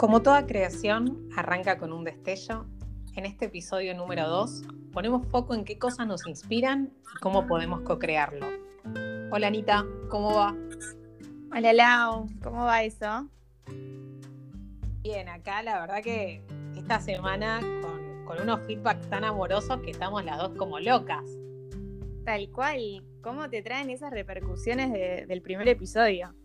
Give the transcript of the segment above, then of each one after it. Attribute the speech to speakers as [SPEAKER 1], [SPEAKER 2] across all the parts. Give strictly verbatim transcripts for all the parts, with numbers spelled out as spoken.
[SPEAKER 1] Como toda creación arranca con un destello, en este episodio número dos ponemos foco en qué cosas nos inspiran y cómo podemos co-crearlo. Hola Anita, ¿cómo va?
[SPEAKER 2] Hola Lau, ¿cómo va eso?
[SPEAKER 1] Bien, acá la verdad que esta semana con, con unos feedback tan amorosos que estamos las dos como locas.
[SPEAKER 2] Tal cual, ¿cómo te traen esas repercusiones de, del primer episodio?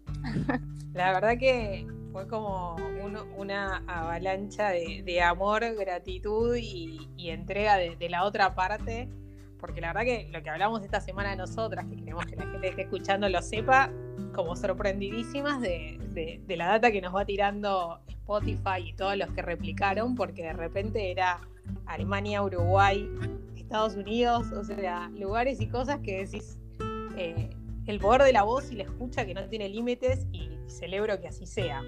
[SPEAKER 1] La verdad que fue como un, una avalancha de, de amor, gratitud y, y entrega de, de la otra parte, porque la verdad que lo que hablamos esta semana de nosotras, que queremos que la gente que esté escuchando lo sepa, como sorprendidísimas de, de, de la data que nos va tirando Spotify y todos los que replicaron, porque de repente era Alemania, Uruguay, Estados Unidos, o sea, lugares y cosas que decís... Eh, el poder de la voz y la escucha que no tiene límites y celebro que así sea.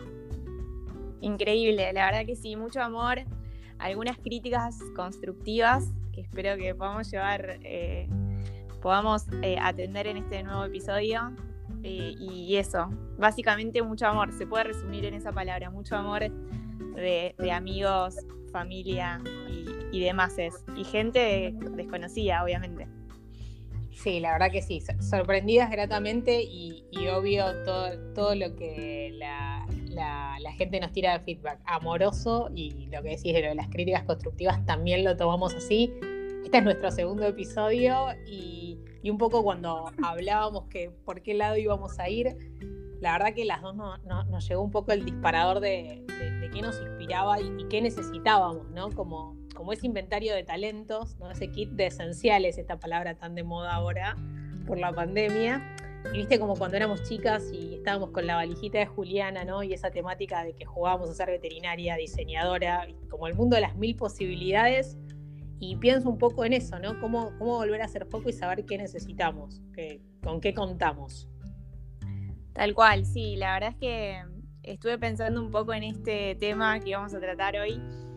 [SPEAKER 2] Increíble, la verdad que sí, mucho amor, algunas críticas constructivas que espero que podamos llevar, eh, podamos eh, atender en este nuevo episodio eh, y eso, básicamente mucho amor, se puede resumir en esa palabra, mucho amor de, de amigos, familia y, y demás, y gente desconocida, obviamente.
[SPEAKER 1] Sí, la verdad que sí, sorprendidas gratamente y, y obvio todo, todo lo que la, la, la gente nos tira de feedback amoroso, y lo que decís de lo de las críticas constructivas también lo tomamos así. Este es nuestro segundo episodio y, y un poco cuando hablábamos que por qué lado íbamos a ir, la verdad que las dos no, no, nos llegó un poco el disparador de, de, de qué nos inspiraba y, y qué necesitábamos, ¿no? Como... como ese inventario de talentos, ¿no? Ese kit de esenciales, esta palabra tan de moda ahora por la pandemia. Y viste como cuando éramos chicas y estábamos con la valijita de Juliana, ¿no? Y esa temática de que jugábamos a ser veterinaria, diseñadora, como el mundo de las mil posibilidades. Y pienso un poco en eso, ¿no? Cómo, cómo volver a hacer foco y saber qué necesitamos, qué, con qué contamos.
[SPEAKER 2] Tal cual, sí, la verdad es que estuve pensando un poco en este tema que vamos a tratar hoy.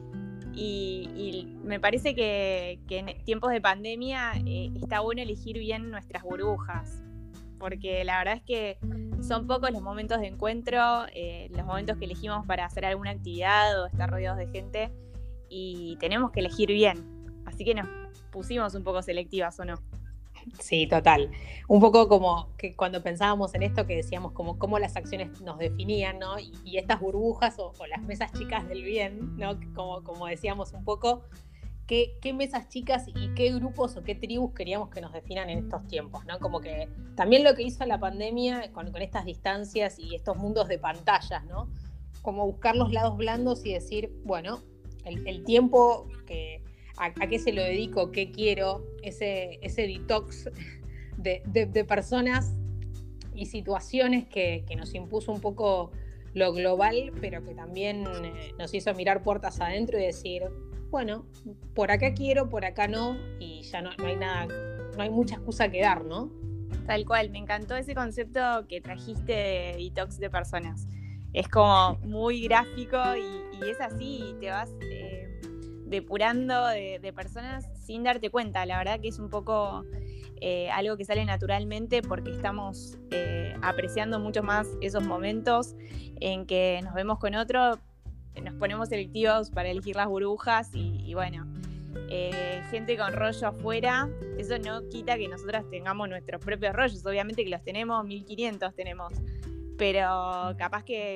[SPEAKER 2] Y, y me parece que, que en tiempos de pandemia eh, está bueno elegir bien nuestras burbujas, porque la verdad es que son pocos los momentos de encuentro, eh, los momentos que elegimos para hacer alguna actividad o estar rodeados de gente, y tenemos que elegir bien, así que nos pusimos un poco selectivas, ¿o no?
[SPEAKER 1] Sí, total. Un poco como que cuando pensábamos en esto, que decíamos como cómo las acciones nos definían, ¿no? Y, y estas burbujas o, o las mesas chicas del bien, ¿no? Como, como decíamos un poco, ¿qué, qué mesas chicas y qué grupos o qué tribus queríamos que nos definan en estos tiempos, ¿no? Como que también lo que hizo la pandemia con, con estas distancias y estos mundos de pantallas, ¿no? Como buscar los lados blandos y decir, bueno, el, el tiempo que... A, a qué se lo dedico, qué quiero, ese, ese detox de, de, de personas y situaciones que, que nos impuso un poco lo global, pero que también eh, nos hizo mirar puertas adentro y decir, bueno, por acá quiero, por acá no, y ya no, no hay nada, no hay mucha excusa que dar, ¿no?
[SPEAKER 2] Tal cual, me encantó ese concepto que trajiste de detox de personas. Es como muy gráfico y, y es así, y te vas... Eh, depurando de, de personas sin darte cuenta. La verdad que es un poco eh, algo que sale naturalmente porque estamos eh, apreciando mucho más esos momentos en que nos vemos con otro, nos ponemos selectivos para elegir las burbujas y, y bueno, eh, gente con rollo afuera, eso no quita que nosotras tengamos nuestros propios rollos, obviamente que los tenemos, mil quinientos tenemos, pero capaz que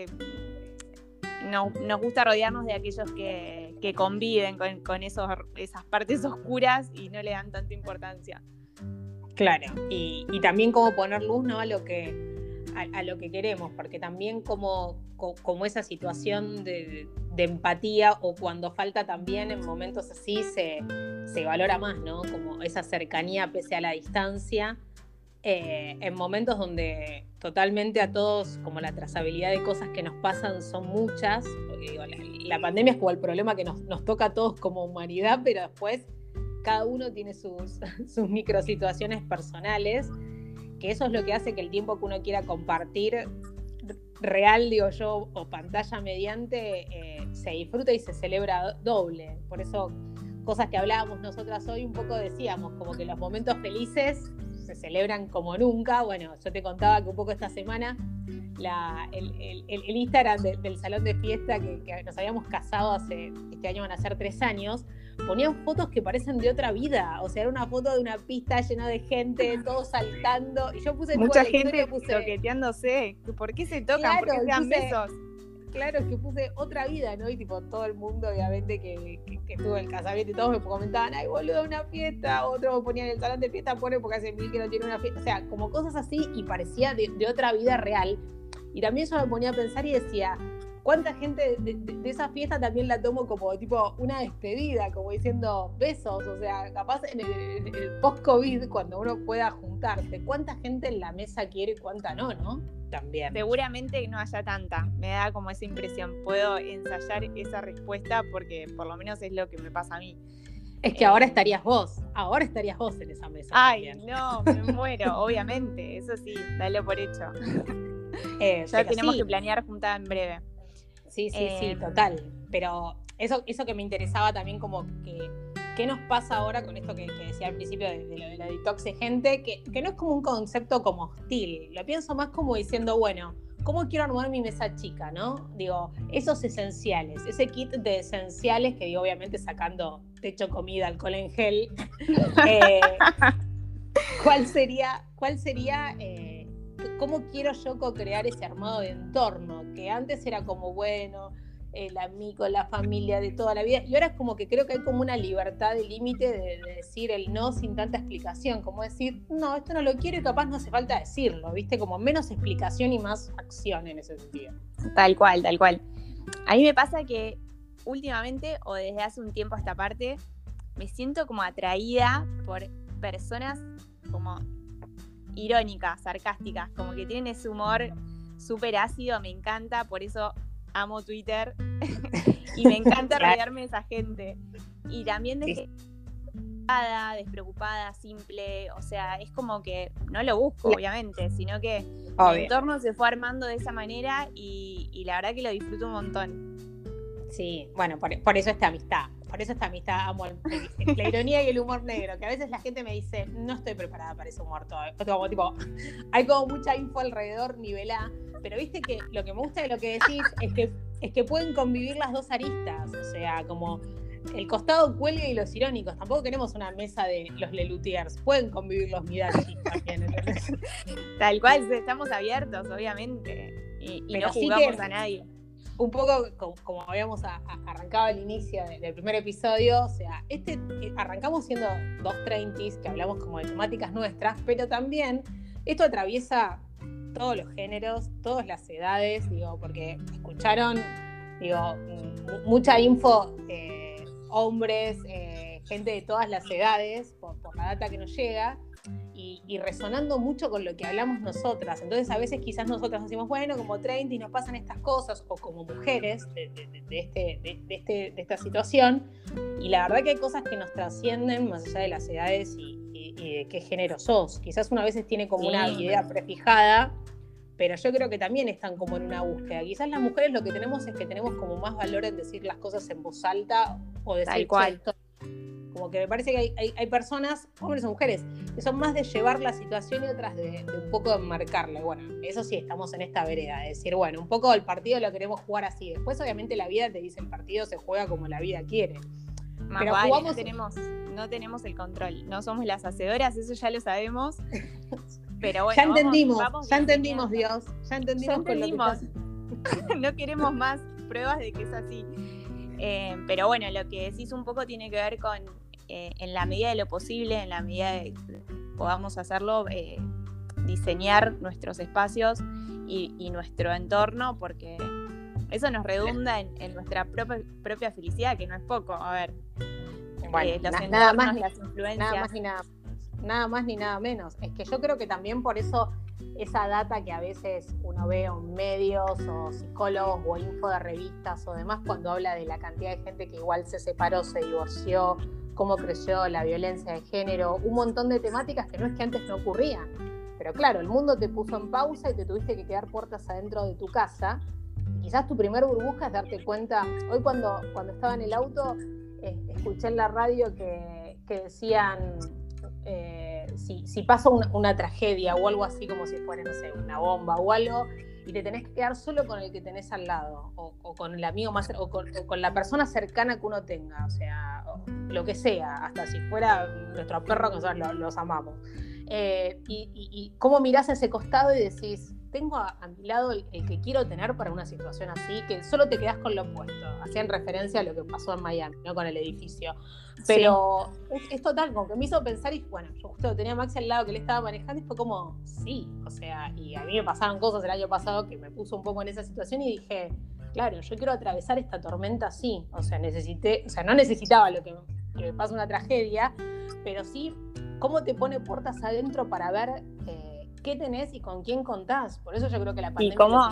[SPEAKER 2] No, nos gusta rodearnos de aquellos que, que conviven con, con esos, esas partes oscuras y no le dan tanta importancia.
[SPEAKER 1] Claro, y, y también cómo poner luz, ¿no? a lo que a, a lo que queremos, porque también como, como esa situación de, de empatía, o cuando falta también en momentos así se, se valora más, ¿no? Como esa cercanía pese a la distancia. Eh, en momentos donde totalmente a todos, como la trazabilidad de cosas que nos pasan son muchas, porque digo, la, la pandemia es como el problema que nos, nos toca a todos como humanidad, pero después cada uno tiene sus, sus microsituaciones personales, que eso es lo que hace que el tiempo que uno quiera compartir real, digo yo, o pantalla mediante, eh, se disfruta y se celebra doble. Por eso, cosas que hablábamos nosotras hoy, un poco decíamos, como que los momentos felices se celebran como nunca. Bueno, yo te contaba que un poco esta semana la, el, el, el Instagram de, del salón de fiesta que, que nos habíamos casado hace, este año van a ser tres años, ponían fotos que parecen de otra vida. O sea, era una foto de una pista llena de gente, todos saltando. Y yo puse
[SPEAKER 2] mucha
[SPEAKER 1] toda
[SPEAKER 2] gente
[SPEAKER 1] historia, puse,
[SPEAKER 2] toqueteándose. ¿Por qué se tocan?
[SPEAKER 1] claro,
[SPEAKER 2] ¿Por qué se dan
[SPEAKER 1] puse,
[SPEAKER 2] besos?
[SPEAKER 1] Claro, es que puse otra vida, ¿no? Y tipo, todo el mundo, obviamente, que, que, que tuvo el casamiento y todos me comentaban, ay, boludo, una fiesta. Otro me ponían el salón de fiesta, pone porque hace mil que no tiene una fiesta. O sea, como cosas así, y parecía de, de otra vida real. Y también eso me ponía a pensar y decía, ¿cuánta gente de, de, de esa fiesta también la tomo como tipo una despedida, como diciendo besos? O sea, capaz en el, en el post-COVID, cuando uno pueda juntarse, ¿cuánta gente en la mesa quiere y cuánta no, no? También.
[SPEAKER 2] Seguramente no haya tanta, me da como esa impresión. Puedo ensayar esa respuesta porque por lo menos es lo que me pasa a mí.
[SPEAKER 1] Es que eh, ahora estarías vos, ahora estarías vos en esa mesa.
[SPEAKER 2] Ay,
[SPEAKER 1] también.
[SPEAKER 2] No, me muero, obviamente, eso sí, dalo por hecho.
[SPEAKER 1] Eh,
[SPEAKER 2] ya tenemos
[SPEAKER 1] sí.
[SPEAKER 2] que planear juntada en breve.
[SPEAKER 1] Sí, sí,
[SPEAKER 2] eh,
[SPEAKER 1] sí, total. Pero eso, eso que me interesaba también como que ¿qué nos pasa ahora con esto que, que decía al principio de, de lo de la detox de gente? Que, que no es como un concepto como hostil. Lo pienso más como diciendo, bueno, ¿cómo quiero armar mi mesa chica, no? Digo, esos esenciales, ese kit de esenciales que digo, obviamente sacando techo, comida, alcohol en gel. eh, ¿Cuál sería, cuál sería eh, cómo quiero yo co-crear ese armado de entorno? Que antes era como, bueno, el amigo, la familia de toda la vida, y ahora es como que creo que hay como una libertad de límite de, de decir el no sin tanta explicación, como decir, no, esto no lo quiero y capaz no hace falta decirlo, ¿viste? Como menos explicación y más acción en ese sentido.
[SPEAKER 2] Tal cual, tal cual. A mí me pasa que últimamente, o desde hace un tiempo a esta parte, me siento como atraída por personas como irónicas, sarcásticas, como que tienen ese humor súper ácido, me encanta, por eso amo Twitter y me encanta rodearme de esa gente. Y también de gente despreocupada, despreocupada, simple, o sea, es como que no lo busco, obviamente, sino que Obvio. Mi entorno se fue armando de esa manera y, y la verdad que lo disfruto un montón.
[SPEAKER 1] Sí, bueno, por, por eso esta amistad, por eso esta amistad, amo el, el, la ironía y el humor negro, que a veces la gente me dice, no estoy preparada para ese humor todavía, como, tipo, hay como mucha info alrededor, nivelá, pero viste que lo que me gusta de lo que decís es que, es que pueden convivir las dos aristas, o sea, como el costado cuelga y los irónicos, tampoco queremos una mesa de los Lelutiers, pueden convivir los Midachis también, ¿entendés?
[SPEAKER 2] Tal cual, estamos abiertos, obviamente, y, y no jugamos sí a nadie.
[SPEAKER 1] Un poco como, como habíamos a, a, arrancado al inicio de, del primer episodio, o sea, este arrancamos siendo dos treintis que hablamos como de temáticas nuestras, pero también esto atraviesa todos los géneros, todas las edades, digo, porque escucharon, digo, mucha info, eh, hombres, eh, gente de todas las edades, por, por la data que nos llega. Y, y resonando mucho con lo que hablamos nosotras. Entonces a veces quizás nosotras decimos, bueno, como treinta y nos pasan estas cosas, o como mujeres de, de, de, este, de, de, este, de esta situación, y la verdad que hay cosas que nos trascienden más allá de las edades y, y, y de qué género sos. Quizás una veces tiene como una idea prefijada, pero yo creo que también están como en una búsqueda. Quizás las mujeres lo que tenemos es que tenemos como más valor en decir las cosas en voz alta o decir
[SPEAKER 2] tal cual.
[SPEAKER 1] Esto. Como que me parece que hay, hay, hay personas, hombres o mujeres, que son más de llevar la situación y otras de, de un poco enmarcarla. Bueno, eso sí, estamos en esta vereda, de decir, bueno, un poco el partido lo queremos jugar así. Después, obviamente, la vida te dice, el partido se juega como la vida quiere.
[SPEAKER 2] Más Pero vale, jugamos... no, tenemos, no tenemos el control, no somos las hacedoras, eso ya lo sabemos. Pero bueno,
[SPEAKER 1] ya entendimos,
[SPEAKER 2] vamos, vamos
[SPEAKER 1] ya entendimos, Dios, ya entendimos.
[SPEAKER 2] Ya entendimos.
[SPEAKER 1] Con lo que
[SPEAKER 2] no queremos más pruebas de que es así. Eh, pero bueno, lo que decís un poco tiene que ver con, eh, en la medida de lo posible, en la medida de que podamos hacerlo, eh, diseñar nuestros espacios y, y nuestro entorno, porque eso nos redunda en, en nuestra propia, propia felicidad, que no es poco. A ver,
[SPEAKER 1] bueno,
[SPEAKER 2] eh, los
[SPEAKER 1] na,
[SPEAKER 2] entornos,
[SPEAKER 1] nada más,
[SPEAKER 2] las influencias.
[SPEAKER 1] Nada más ni nada, nada más ni nada menos. Es que yo creo que también por eso esa data que a veces uno ve en medios o psicólogos o info de revistas o demás, cuando habla de la cantidad de gente que igual se separó, se divorció, cómo creció la violencia de género, un montón de temáticas que no es que antes no ocurrían. Pero claro, el mundo te puso en pausa y te tuviste que quedar puertas adentro de tu casa. Y quizás tu primer burbuja es darte cuenta. Hoy cuando, cuando estaba en el auto, eh, escuché en la radio que, que decían... Eh, si, si pasa una, una tragedia o algo así, como si fuera, no sé, una bomba o algo, y te tenés que quedar solo con el que tenés al lado, o, o con el amigo más, o con, o con la persona cercana que uno tenga, o sea, o lo que sea, hasta si fuera nuestro perro, que nosotros lo, los amamos. Eh, y, y, y cómo mirás a ese costado y decís, tengo a, a mi lado el, el que quiero tener para una situación así, que solo te quedás con lo opuesto. Hacían referencia a lo que pasó en Miami, ¿no? Con el edificio. Pero sí. es, es total, como que me hizo pensar, y bueno, yo justo tenía a Maxi al lado que le estaba manejando y fue como, sí, o sea, y a mí me pasaron cosas el año pasado que me puso un poco en esa situación y dije, claro, yo quiero atravesar esta tormenta así, o sea, necesité, o sea, no necesitaba lo que, que me pasa una tragedia, pero sí, cómo te pone puertas adentro para ver eh, qué tenés y con quién contás. Por eso yo creo que la pandemia...
[SPEAKER 2] ¿Y cómo?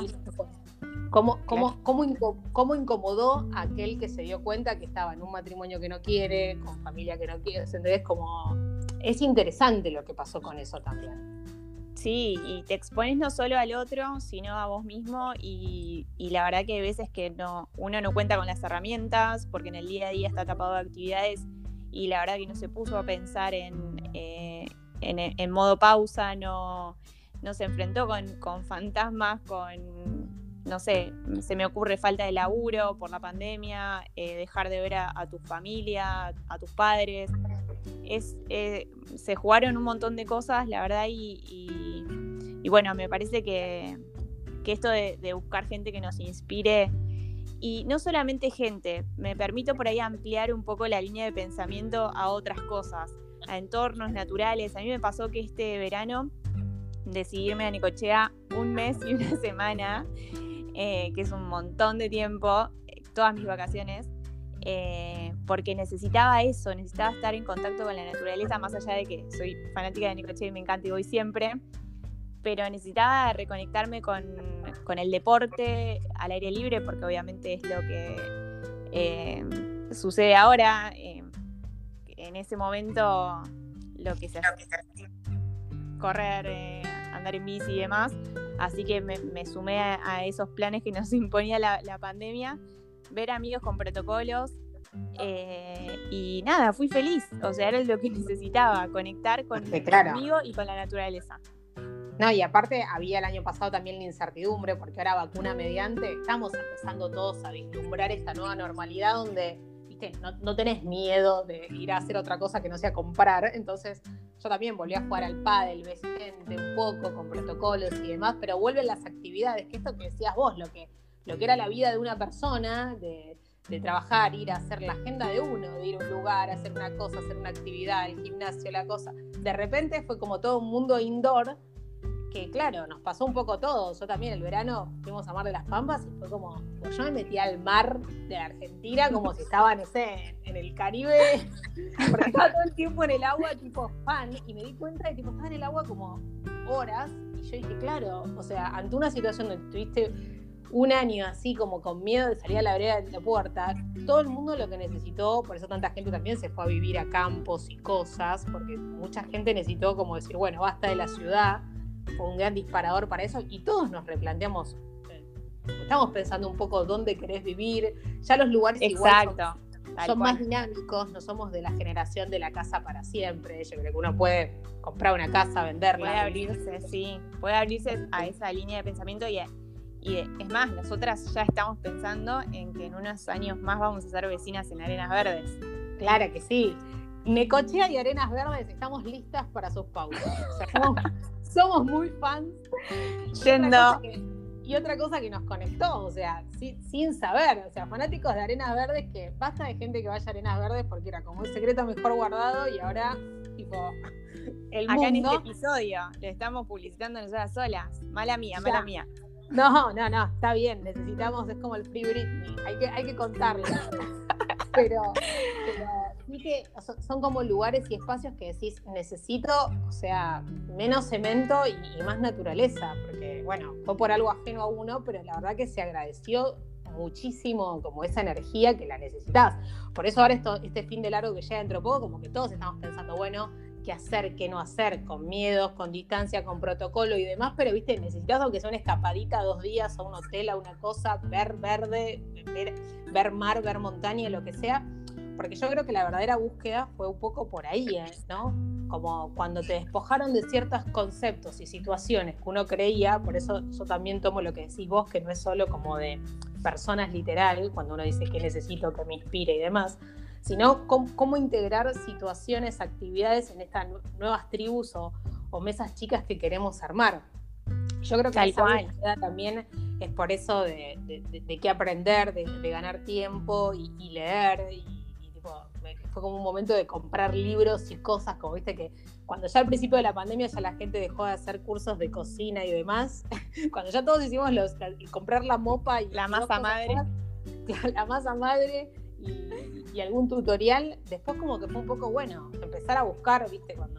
[SPEAKER 1] ¿Cómo, cómo, cómo, inco- ¿Cómo incomodó a aquel que se dio cuenta que estaba en un matrimonio que no quiere, con familia que no quiere? ¿Entendés? Como, es interesante lo que pasó con eso también.
[SPEAKER 2] Sí, y te expones no solo al otro, sino a vos mismo, y, y la verdad que hay veces que no, uno no cuenta con las herramientas, porque en el día a día está tapado de actividades, y la verdad que no se puso a pensar en, eh, en, en modo pausa, no, no se enfrentó con, con fantasmas, con... no sé, se me ocurre falta de laburo por la pandemia, eh, dejar de ver a, a tu familia, a tus padres. Es, eh, se jugaron un montón de cosas, la verdad, y, y, y bueno, me parece que, que esto de, de buscar gente que nos inspire, y no solamente gente, me permito por ahí ampliar un poco la línea de pensamiento a otras cosas, a entornos naturales. A mí me pasó que este verano decidí irme a Necochea un mes y una semana, Eh, que es un montón de tiempo, eh, todas mis vacaciones, eh, porque necesitaba eso, necesitaba estar en contacto con la naturaleza, más allá de que soy fanática de Necochea y me encanta y voy siempre, pero necesitaba reconectarme con, con el deporte al aire libre, porque obviamente es lo que eh, sucede ahora. Eh, en ese momento lo que se hace, correr, eh, andar en bici y demás. Así que me, me sumé a, a esos planes que nos imponía la, la pandemia, ver amigos con protocolos, eh, y nada, fui feliz. O sea, era lo que necesitaba, conectar con,
[SPEAKER 1] sí, claro,
[SPEAKER 2] conmigo y con la naturaleza.
[SPEAKER 1] No, y aparte había el año pasado también la incertidumbre, porque ahora vacuna mediante, estamos empezando todos a vislumbrar esta nueva normalidad donde, viste, no, no tenés miedo de ir a hacer otra cosa que no sea comprar. Entonces yo también volví a jugar al pádel, vestirte un poco con protocolos y demás, pero vuelven las actividades, que esto que decías vos, lo que, lo que era la vida de una persona, de, de trabajar, ir a hacer la agenda de uno, de ir a un lugar, hacer una cosa, hacer una actividad, el gimnasio, la cosa. De repente fue como todo un mundo indoor, que claro, nos pasó un poco todo. Yo también el verano fuimos a Mar de las Pampas y fue como, pues yo me metí al mar de Argentina como si estaba, no sé, en el Caribe, porque estaba todo el tiempo en el agua tipo fan, y me di cuenta de que tipo, estaba en el agua como horas, y yo dije, claro, o sea, ante una situación donde tuviste un año así como con miedo de salir a la vereda de la puerta, todo el mundo lo que necesitó, por eso tanta gente también se fue a vivir a campos y cosas, porque mucha gente necesitó como decir, bueno, basta de la ciudad. Fue un gran disparador para eso, y todos nos replanteamos, eh, estamos pensando un poco dónde querés vivir. Ya los lugares
[SPEAKER 2] Exacto,
[SPEAKER 1] igual son, son más dinámicos, no somos de la generación de la casa para siempre. Yo creo que uno puede comprar una casa, venderla.
[SPEAKER 2] Puede abrirse, sí, puede abrirse a esa línea de pensamiento, y, y es más, nosotras ya estamos pensando en que en unos años más vamos a ser vecinas en Arenas Verdes.
[SPEAKER 1] Claro que sí. Necochea y Arenas Verdes, estamos listas para sus pautas. O sea, somos, somos muy fans.
[SPEAKER 2] Yendo.
[SPEAKER 1] Y otra cosa que nos conectó, o sea, sin, sin saber, o sea, fanáticos de Arenas Verdes, que basta de gente que vaya a Arenas Verdes porque era como un secreto mejor guardado, y ahora, tipo, el
[SPEAKER 2] acá
[SPEAKER 1] mundo...
[SPEAKER 2] en este episodio le estamos publicitando nosotras solas. Mala mía, mala
[SPEAKER 1] ya.
[SPEAKER 2] mía.
[SPEAKER 1] No, no, no, está bien, necesitamos, es como el Free Britney, hay que, hay que contarlo. Pero, pero sí que son, son como lugares y espacios que decís, necesito, o sea, menos cemento y, y más naturaleza, porque bueno, fue por algo ajeno a uno, pero la verdad que se agradeció muchísimo como esa energía que la necesitas. Por eso ahora esto, este fin de largo que llega dentro de poco, como que todos estamos pensando, bueno, qué hacer, qué no hacer, con miedos, con distancia, con protocolo y demás, pero viste, necesitas aunque sea una escapadita dos días a un hotel, a una cosa, ver verde, ver, ver mar, ver montaña, lo que sea, porque yo creo que la verdadera búsqueda fue un poco por ahí, ¿eh? ¿No? Como cuando te despojaron de ciertos conceptos y situaciones que uno creía, por eso yo también tomo lo que decís vos, que no es solo como de personas literal, cuando uno dice que necesito, que me inspire y demás, sino cómo, cómo integrar situaciones, actividades en estas nuevas tribus o, o mesas chicas que queremos armar. Yo creo que
[SPEAKER 2] Tal
[SPEAKER 1] esa
[SPEAKER 2] cual.
[SPEAKER 1] búsqueda también es por eso de, de, de, de qué aprender, de, de ganar tiempo y, y leer, y, y tipo, fue como un momento de comprar libros y cosas, como viste que cuando ya al principio de la pandemia ya la gente dejó de hacer cursos de cocina y demás, cuando ya todos hicimos los, la, comprar la mopa y
[SPEAKER 2] la
[SPEAKER 1] y
[SPEAKER 2] masa madre,
[SPEAKER 1] más, la masa madre y, y algún tutorial, después como que fue un poco bueno, empezar a buscar, viste, cuando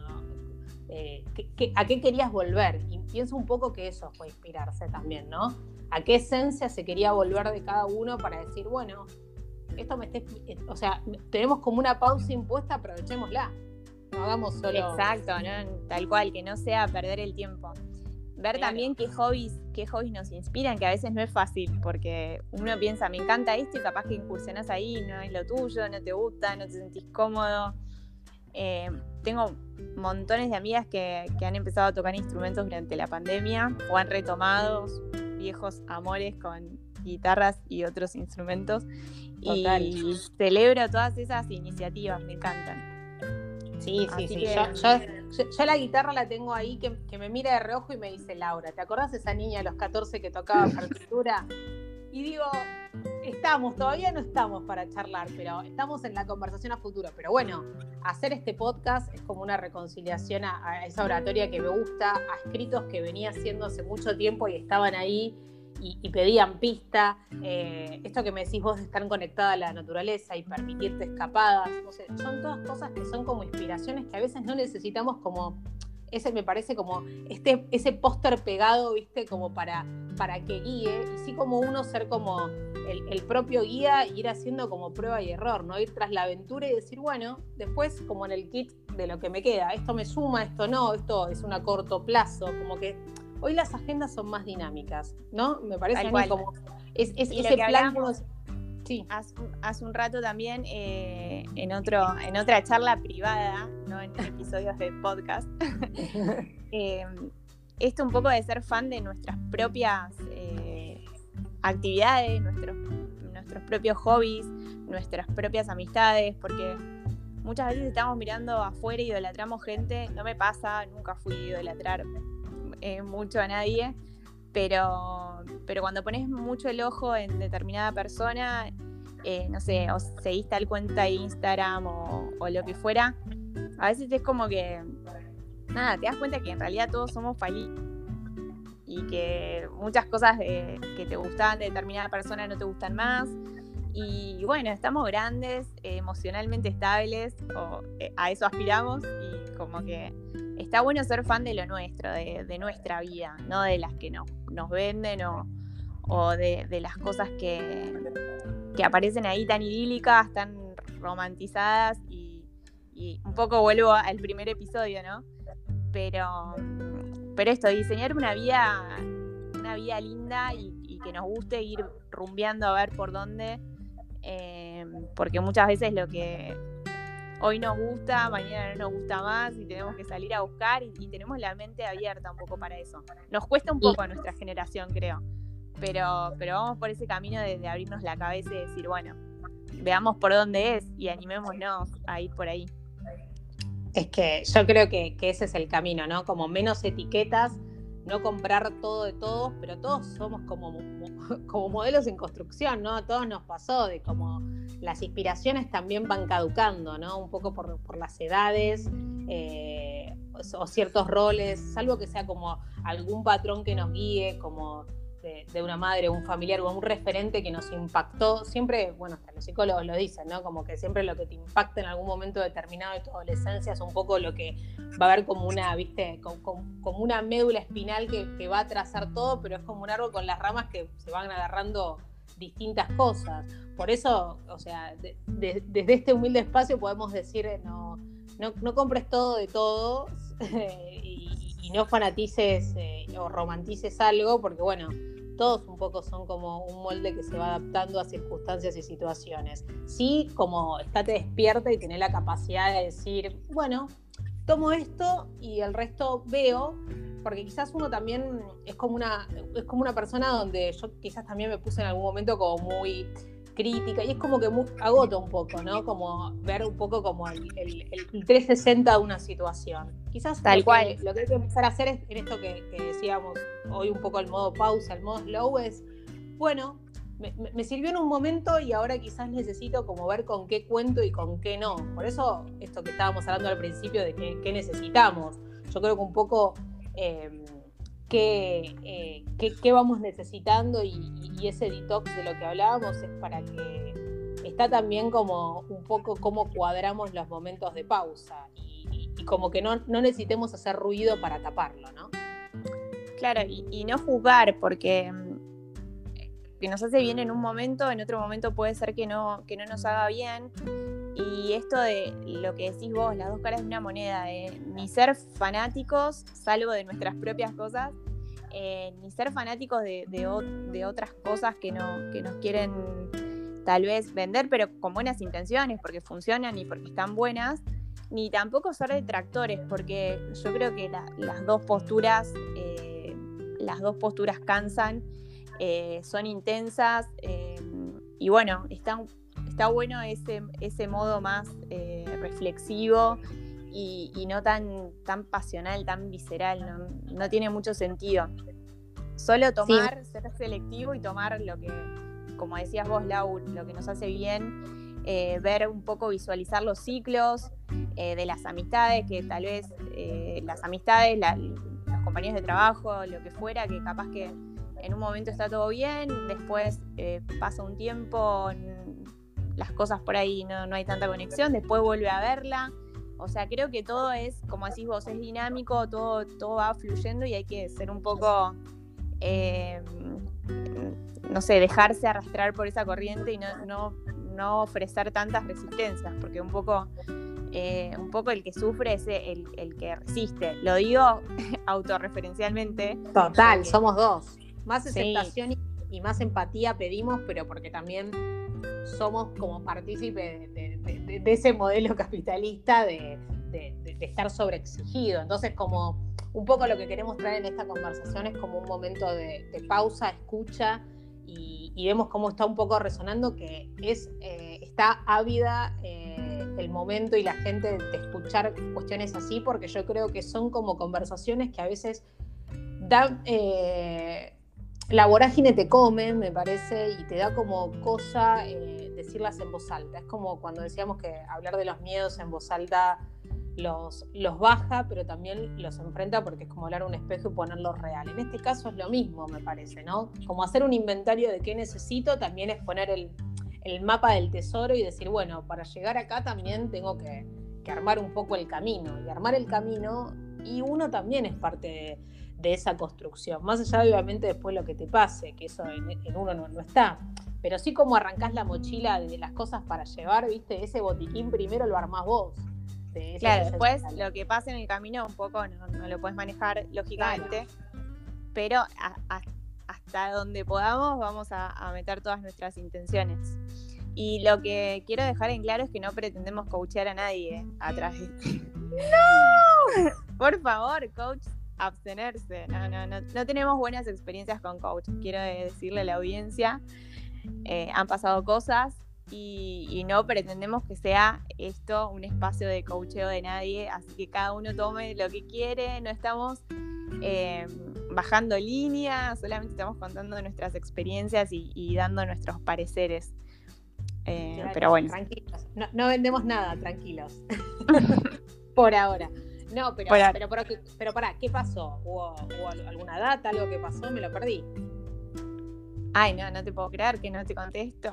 [SPEAKER 1] eh, que, que, a qué querías volver, y pienso un poco que eso fue inspirarse también, ¿no? A qué esencia se quería volver de cada uno para decir, bueno, esto me está, o sea, tenemos como una pausa impuesta, aprovechémosla, no hagamos solo...
[SPEAKER 2] Exacto, ¿no? Tal cual, que no sea perder el tiempo. Ver
[SPEAKER 1] Claro.
[SPEAKER 2] También qué hobbies, qué hobbies nos inspiran, que a veces no es fácil, porque uno piensa, me encanta esto, y capaz que incursionás ahí, no es lo tuyo, no te gusta, no te sentís cómodo. Eh, tengo montones de amigas que, que han empezado a tocar instrumentos durante la pandemia o han retomado viejos amores con guitarras y otros instrumentos. Total. Y celebro todas esas iniciativas, me encantan.
[SPEAKER 1] Sí, sí,
[SPEAKER 2] Así
[SPEAKER 1] sí.
[SPEAKER 2] que...
[SPEAKER 1] Yo, yo, yo, yo la guitarra la tengo ahí que, que me mira de reojo y me dice, Laura, ¿te acordás de esa niña de los catorce que tocaba partitura? Y digo, estamos, todavía no estamos para charlar, pero estamos en la conversación a futuro. Pero bueno, hacer este podcast es como una reconciliación a, a esa oratoria que me gusta, a escritos que venía haciendo hace mucho tiempo y estaban ahí y, y pedían pista. Eh, esto que me decís vos de estar conectada a la naturaleza y permitirte escapadas, no sé, son todas cosas que son como inspiraciones que a veces no necesitamos como... Ese me parece como este, ese póster pegado, ¿viste? Como para, para que guíe, y sí como uno ser como el, el propio guía, ir haciendo como prueba y error, ¿no? Ir tras la aventura y decir, bueno, después como en el kit de lo que me queda, esto me suma, esto no, esto es un a corto plazo, como que hoy las agendas son más dinámicas, ¿no? Me parece
[SPEAKER 2] Tal
[SPEAKER 1] a mí
[SPEAKER 2] cual.
[SPEAKER 1] como es, es,
[SPEAKER 2] Y
[SPEAKER 1] ese
[SPEAKER 2] lo que
[SPEAKER 1] plan
[SPEAKER 2] hablamos...
[SPEAKER 1] como... Sí.
[SPEAKER 2] Hace, hace un rato también eh, en, otro, en otra charla privada, no en episodios de podcast, eh, esto un poco de ser fan de nuestras propias eh, actividades, nuestros, nuestros propios hobbies, nuestras propias amistades, porque muchas veces estamos mirando afuera y idolatramos gente. No me pasa, nunca fui a idolatrar eh, mucho a nadie, Pero, pero cuando pones mucho el ojo en determinada persona, eh, no sé, o seguís tal cuenta de Instagram o, o lo que fuera, a veces es como que, nada, te das cuenta que en realidad todos somos falibles y que muchas cosas de, que te gustaban de determinada persona no te gustan más. Y bueno, estamos grandes, eh, emocionalmente estables, o eh, a eso aspiramos, y como que está bueno ser fan de lo nuestro, de, de nuestra vida, no de las que no, nos venden o, o de, de las cosas que, que aparecen ahí tan idílicas, tan romantizadas, y, y un poco vuelvo al primer episodio, ¿no? Pero, pero esto, diseñar una vida, una vida linda y, y que nos guste ir rumbeando a ver por dónde, eh, porque muchas veces lo que hoy nos gusta, mañana no nos gusta más, y tenemos que salir a buscar, y, y tenemos la mente abierta un poco para eso. Nos cuesta un poco a nuestra generación, creo, pero, pero vamos por ese camino de, de abrirnos la cabeza y decir, bueno, veamos por dónde es y animémonos a ir por ahí.
[SPEAKER 1] Es que yo creo que, que ese es el camino, ¿no? Como menos etiquetas, no comprar todo de todos, pero todos somos como, como modelos en construcción, ¿no? A todos nos pasó de como las inspiraciones también van caducando, ¿no? Un poco por, por las edades eh, o, o ciertos roles, salvo que sea como algún patrón que nos guíe, como de, de una madre o un familiar o un referente que nos impactó. Siempre, bueno, hasta los psicólogos lo dicen, ¿no? Como que siempre lo que te impacta en algún momento determinado de tu adolescencia es un poco lo que va a haber como una, ¿viste? Como, como una médula espinal que, que va a trazar todo, pero es como un árbol con las ramas que se van agarrando distintas cosas. Por eso, o sea, de, de, desde este humilde espacio podemos decir, no, no, no compres todo de todos y, y no fanatices eh, o romantices algo, porque bueno, todos un poco son como un molde que se va adaptando a circunstancias y situaciones. Sí, como estate despierta y tener la capacidad de decir, bueno, tomo esto y el resto veo, porque quizás uno también es como una, es como una persona donde yo quizás también me puse en algún momento como muy crítica, y es como que muy, agota un poco, ¿no? Como ver un poco como el, el, el trescientos sesenta de una situación. Quizás
[SPEAKER 2] Tal
[SPEAKER 1] lo
[SPEAKER 2] cual.
[SPEAKER 1] Que, lo que hay que empezar a hacer es, en esto que, que decíamos hoy un poco el modo pausa, el modo slow, es, bueno, me, me sirvió en un momento y ahora quizás necesito como ver con qué cuento y con qué no. Por eso esto que estábamos hablando al principio de qué, qué necesitamos. Yo creo que un poco... Eh, Qué, eh, qué, qué vamos necesitando y, y ese detox de lo que hablábamos es para que está también como un poco cómo cuadramos los momentos de pausa y, y como que no, no necesitemos hacer ruido para taparlo, ¿no?
[SPEAKER 2] Claro, y, y no juzgar, porque que nos hace bien en un momento, en otro momento puede ser que no, que no nos haga bien. Y esto de lo que decís vos, las dos caras de una moneda, de ni ser fanáticos, salvo de nuestras propias cosas, eh, ni ser fanáticos de, de, o, de otras cosas que, no, que nos quieren tal vez vender, pero con buenas intenciones, porque funcionan y porque están buenas, ni tampoco ser detractores, porque yo creo que la, las dos posturas, eh, las dos posturas cansan, eh, son intensas, eh, y bueno, están... Está bueno ese, ese modo más eh, reflexivo y, y no tan, tan pasional, tan visceral, no, no tiene mucho sentido. Solo tomar, sí. Ser selectivo y tomar lo que, como decías vos, Lau, lo que nos hace bien, eh, ver un poco, visualizar los ciclos eh, de las amistades, que tal vez eh, las amistades, la, los compañeros de trabajo, lo que fuera, que capaz que en un momento está todo bien, después eh, pasa un tiempo... las cosas por ahí no, no hay tanta conexión, después vuelve a verla. O sea, creo que todo es, como decís vos, es dinámico, todo, todo va fluyendo y hay que ser un poco, eh, no sé, dejarse arrastrar por esa corriente y no, no, no ofrecer tantas resistencias, porque un poco, eh, un poco el que sufre es el, el que resiste. Lo digo autorreferencialmente.
[SPEAKER 1] Total, porque... somos dos. Más aceptación
[SPEAKER 2] sí.
[SPEAKER 1] y, y más empatía pedimos, pero porque también... somos como partícipes de, de, de, de ese modelo capitalista de, de, de, de estar sobreexigido. Entonces, como un poco lo que queremos traer en esta conversación es como un momento de, de pausa, escucha, y, y vemos cómo está un poco resonando, que es eh, está ávida eh, el momento y la gente de escuchar cuestiones así, porque yo creo que son como conversaciones que a veces dan... Eh, la vorágine te come, me parece, y te da como cosa eh, decirlas en voz alta. Es como cuando decíamos que hablar de los miedos en voz alta los, los baja, pero también los enfrenta, porque es como hablar a un espejo y ponerlo real. En este caso es lo mismo, me parece, ¿no? Como hacer un inventario de qué necesito, también es poner el, el mapa del tesoro y decir, bueno, para llegar acá también tengo que, que armar un poco el camino. Y armar el camino, y uno también es parte de... de esa construcción, más allá de obviamente después lo que te pase, que eso en, en uno no, no está, pero sí como arrancás la mochila de las cosas para llevar, viste, ese botiquín primero lo armás vos. De
[SPEAKER 2] claro, después lo que pase en el camino un poco no, no lo puedes manejar lógicamente, claro. Pero a, a, hasta donde podamos vamos a, a meter todas nuestras intenciones. Y lo que quiero dejar en claro es que no pretendemos coachear a nadie atrás de este. ¡No! Por favor, coach, abstenerse, no, no, no, no tenemos buenas experiencias con coach, quiero decirle a la audiencia, eh, han pasado cosas y, y no pretendemos que sea esto un espacio de coacheo de nadie, así que cada uno tome lo que quiere, no estamos eh, bajando línea, solamente estamos contando nuestras experiencias y, y dando nuestros pareceres, eh,
[SPEAKER 1] claro,
[SPEAKER 2] pero bueno.
[SPEAKER 1] Tranquilos, no, no vendemos nada, tranquilos, por ahora. No, pero,
[SPEAKER 2] para.
[SPEAKER 1] pero, pero, pero, pero pará, ¿qué pasó? ¿Hubo, ¿Hubo alguna data, algo que pasó? Me lo perdí.
[SPEAKER 2] Ay, no, no te puedo creer que no te contesto.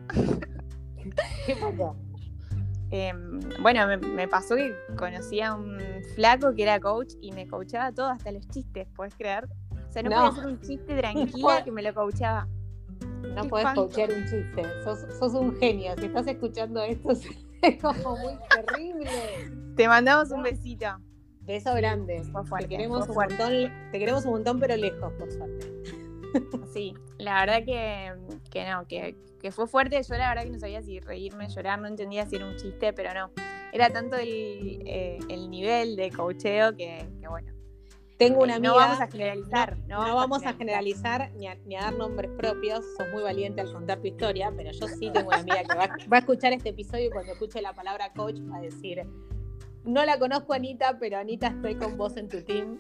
[SPEAKER 1] ¿Qué pasó?
[SPEAKER 2] Eh, bueno, me, me pasó que conocí a un flaco que era coach y me coachaba todo, hasta los chistes, ¿podés creer? O sea, no, no. podía hacer un chiste tranquila no que me lo coachaba.
[SPEAKER 1] No podés coachear un chiste, sos, sos un genio. Si estás escuchando esto, es como muy terrible.
[SPEAKER 2] Te mandamos un besito.
[SPEAKER 1] Beso grande.
[SPEAKER 2] Fue fuerte,
[SPEAKER 1] te, queremos
[SPEAKER 2] fue
[SPEAKER 1] un
[SPEAKER 2] fuerte.
[SPEAKER 1] Montón, te queremos un montón, pero lejos, por suerte.
[SPEAKER 2] Sí, la verdad que, que no, que, que fue fuerte. Yo la verdad que no sabía si reírme, llorar, no entendía si era un chiste, pero no. Era tanto el, eh, el nivel de coacheo que, que bueno.
[SPEAKER 1] Tengo una
[SPEAKER 2] eh,
[SPEAKER 1] amiga.
[SPEAKER 2] No vamos a generalizar.
[SPEAKER 1] No,
[SPEAKER 2] No,
[SPEAKER 1] no
[SPEAKER 2] vamos,
[SPEAKER 1] vamos
[SPEAKER 2] a
[SPEAKER 1] a generalizar, ni, a, ni a dar nombres propios. Sos muy valiente al contar tu historia, pero yo sí tengo una amiga que va, va a escuchar este episodio y cuando escuche la palabra coach va a decir: no la conozco, Anita, pero Anita, estoy con vos en tu team.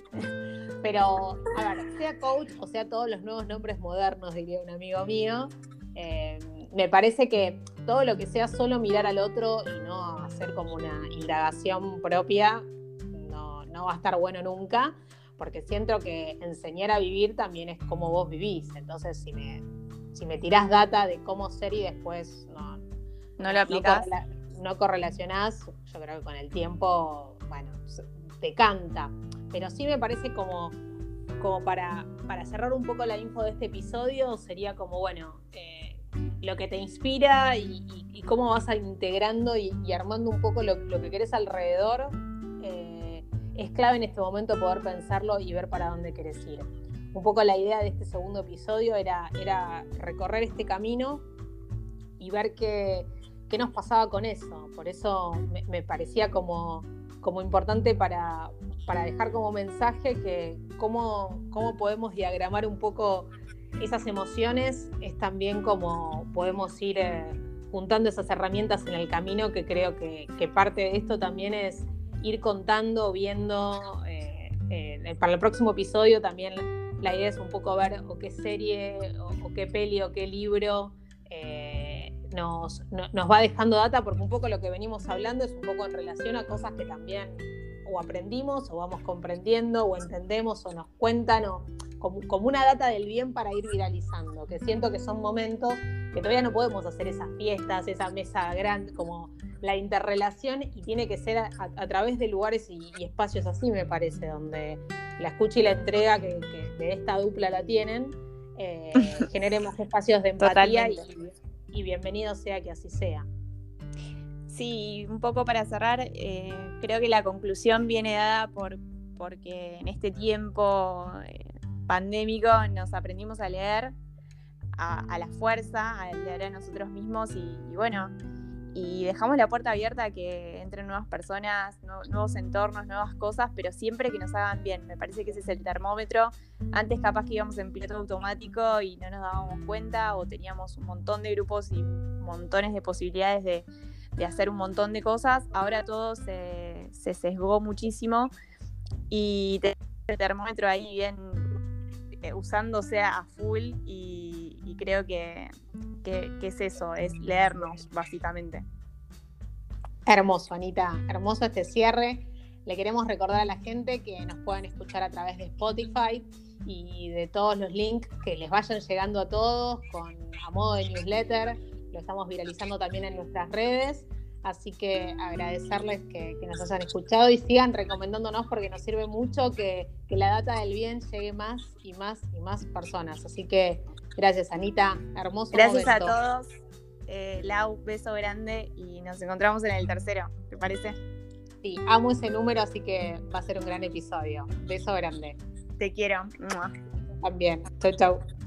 [SPEAKER 1] Pero, a ver, sea coach o sea todos los nuevos nombres modernos, diría un amigo mío, eh, me parece que todo lo que sea solo mirar al otro y no hacer como una indagación propia no, no va a estar bueno nunca, porque siento que enseñar a vivir también es cómo vos vivís. Entonces, si me, si me tirás data de cómo ser y después no,
[SPEAKER 2] no lo aplicás,
[SPEAKER 1] no, correla- no correlacionás, yo creo que con el tiempo, bueno, te canta. Pero sí me parece como, como para, para cerrar un poco la info de este episodio, sería como, bueno, eh, lo que te inspira y, y, y cómo vas integrando y, y armando un poco lo, lo que querés alrededor. Eh, es clave en este momento poder pensarlo y ver para dónde querés ir. Un poco la idea de este segundo episodio era, era recorrer este camino y ver qué, qué nos pasaba con eso. Por eso me, me parecía como, como importante para, para dejar como mensaje que cómo, cómo podemos diagramar un poco esas emociones, es también como podemos ir eh, juntando esas herramientas en el camino, que creo que, que parte de esto también es ir contando, viendo. Eh, eh, para el próximo episodio también la idea es un poco ver o qué serie, o, o qué peli, o qué libro eh, nos, no, nos va dejando data, porque un poco lo que venimos hablando es un poco en relación a cosas que también o aprendimos, o vamos comprendiendo, o entendemos, o nos cuentan, o como, como una data del bien para ir viralizando, que siento que son momentos que todavía no podemos hacer esas fiestas, esa mesa grande, como la interrelación, y tiene que ser a, a través de lugares y, y espacios así, me parece, donde la escucha y la entrega que, que de esta dupla la tienen, eh, generemos espacios de empatía y, y bienvenido sea que así sea.
[SPEAKER 2] Sí, un poco para cerrar, eh, creo que la conclusión viene dada por porque en este tiempo eh, pandémico nos aprendimos a leer a, a la fuerza, a leer a nosotros mismos y, y bueno, y dejamos la puerta abierta a que entren nuevas personas, no, nuevos entornos, nuevas cosas, pero siempre que nos hagan bien. Me parece que ese es el termómetro. Antes capaz que íbamos en piloto automático y no nos dábamos cuenta, o teníamos un montón de grupos y montones de posibilidades de, de hacer un montón de cosas. Ahora todo se, se sesgó muchísimo y tenemos el termómetro ahí bien eh, usándose a full y, y creo que, que, que es eso, es leernos básicamente.
[SPEAKER 1] Hermoso, Anita, hermoso este cierre. Le queremos recordar a la gente que nos pueden escuchar a través de Spotify y de todos los links que les vayan llegando a todos con, a modo de newsletter. Lo estamos viralizando también en nuestras redes, así que agradecerles que, que nos hayan escuchado y sigan recomendándonos, porque nos sirve mucho que, que la data del bien llegue más y más y más personas. Así que gracias, Anita, hermoso
[SPEAKER 2] gracias
[SPEAKER 1] momento.
[SPEAKER 2] A todos, eh, Lau, beso grande y nos encontramos en el tercero, ¿te parece?
[SPEAKER 1] Sí, amo ese número, así que va a ser un gran episodio. Beso grande.
[SPEAKER 2] Te quiero.
[SPEAKER 1] También. Chau, chau.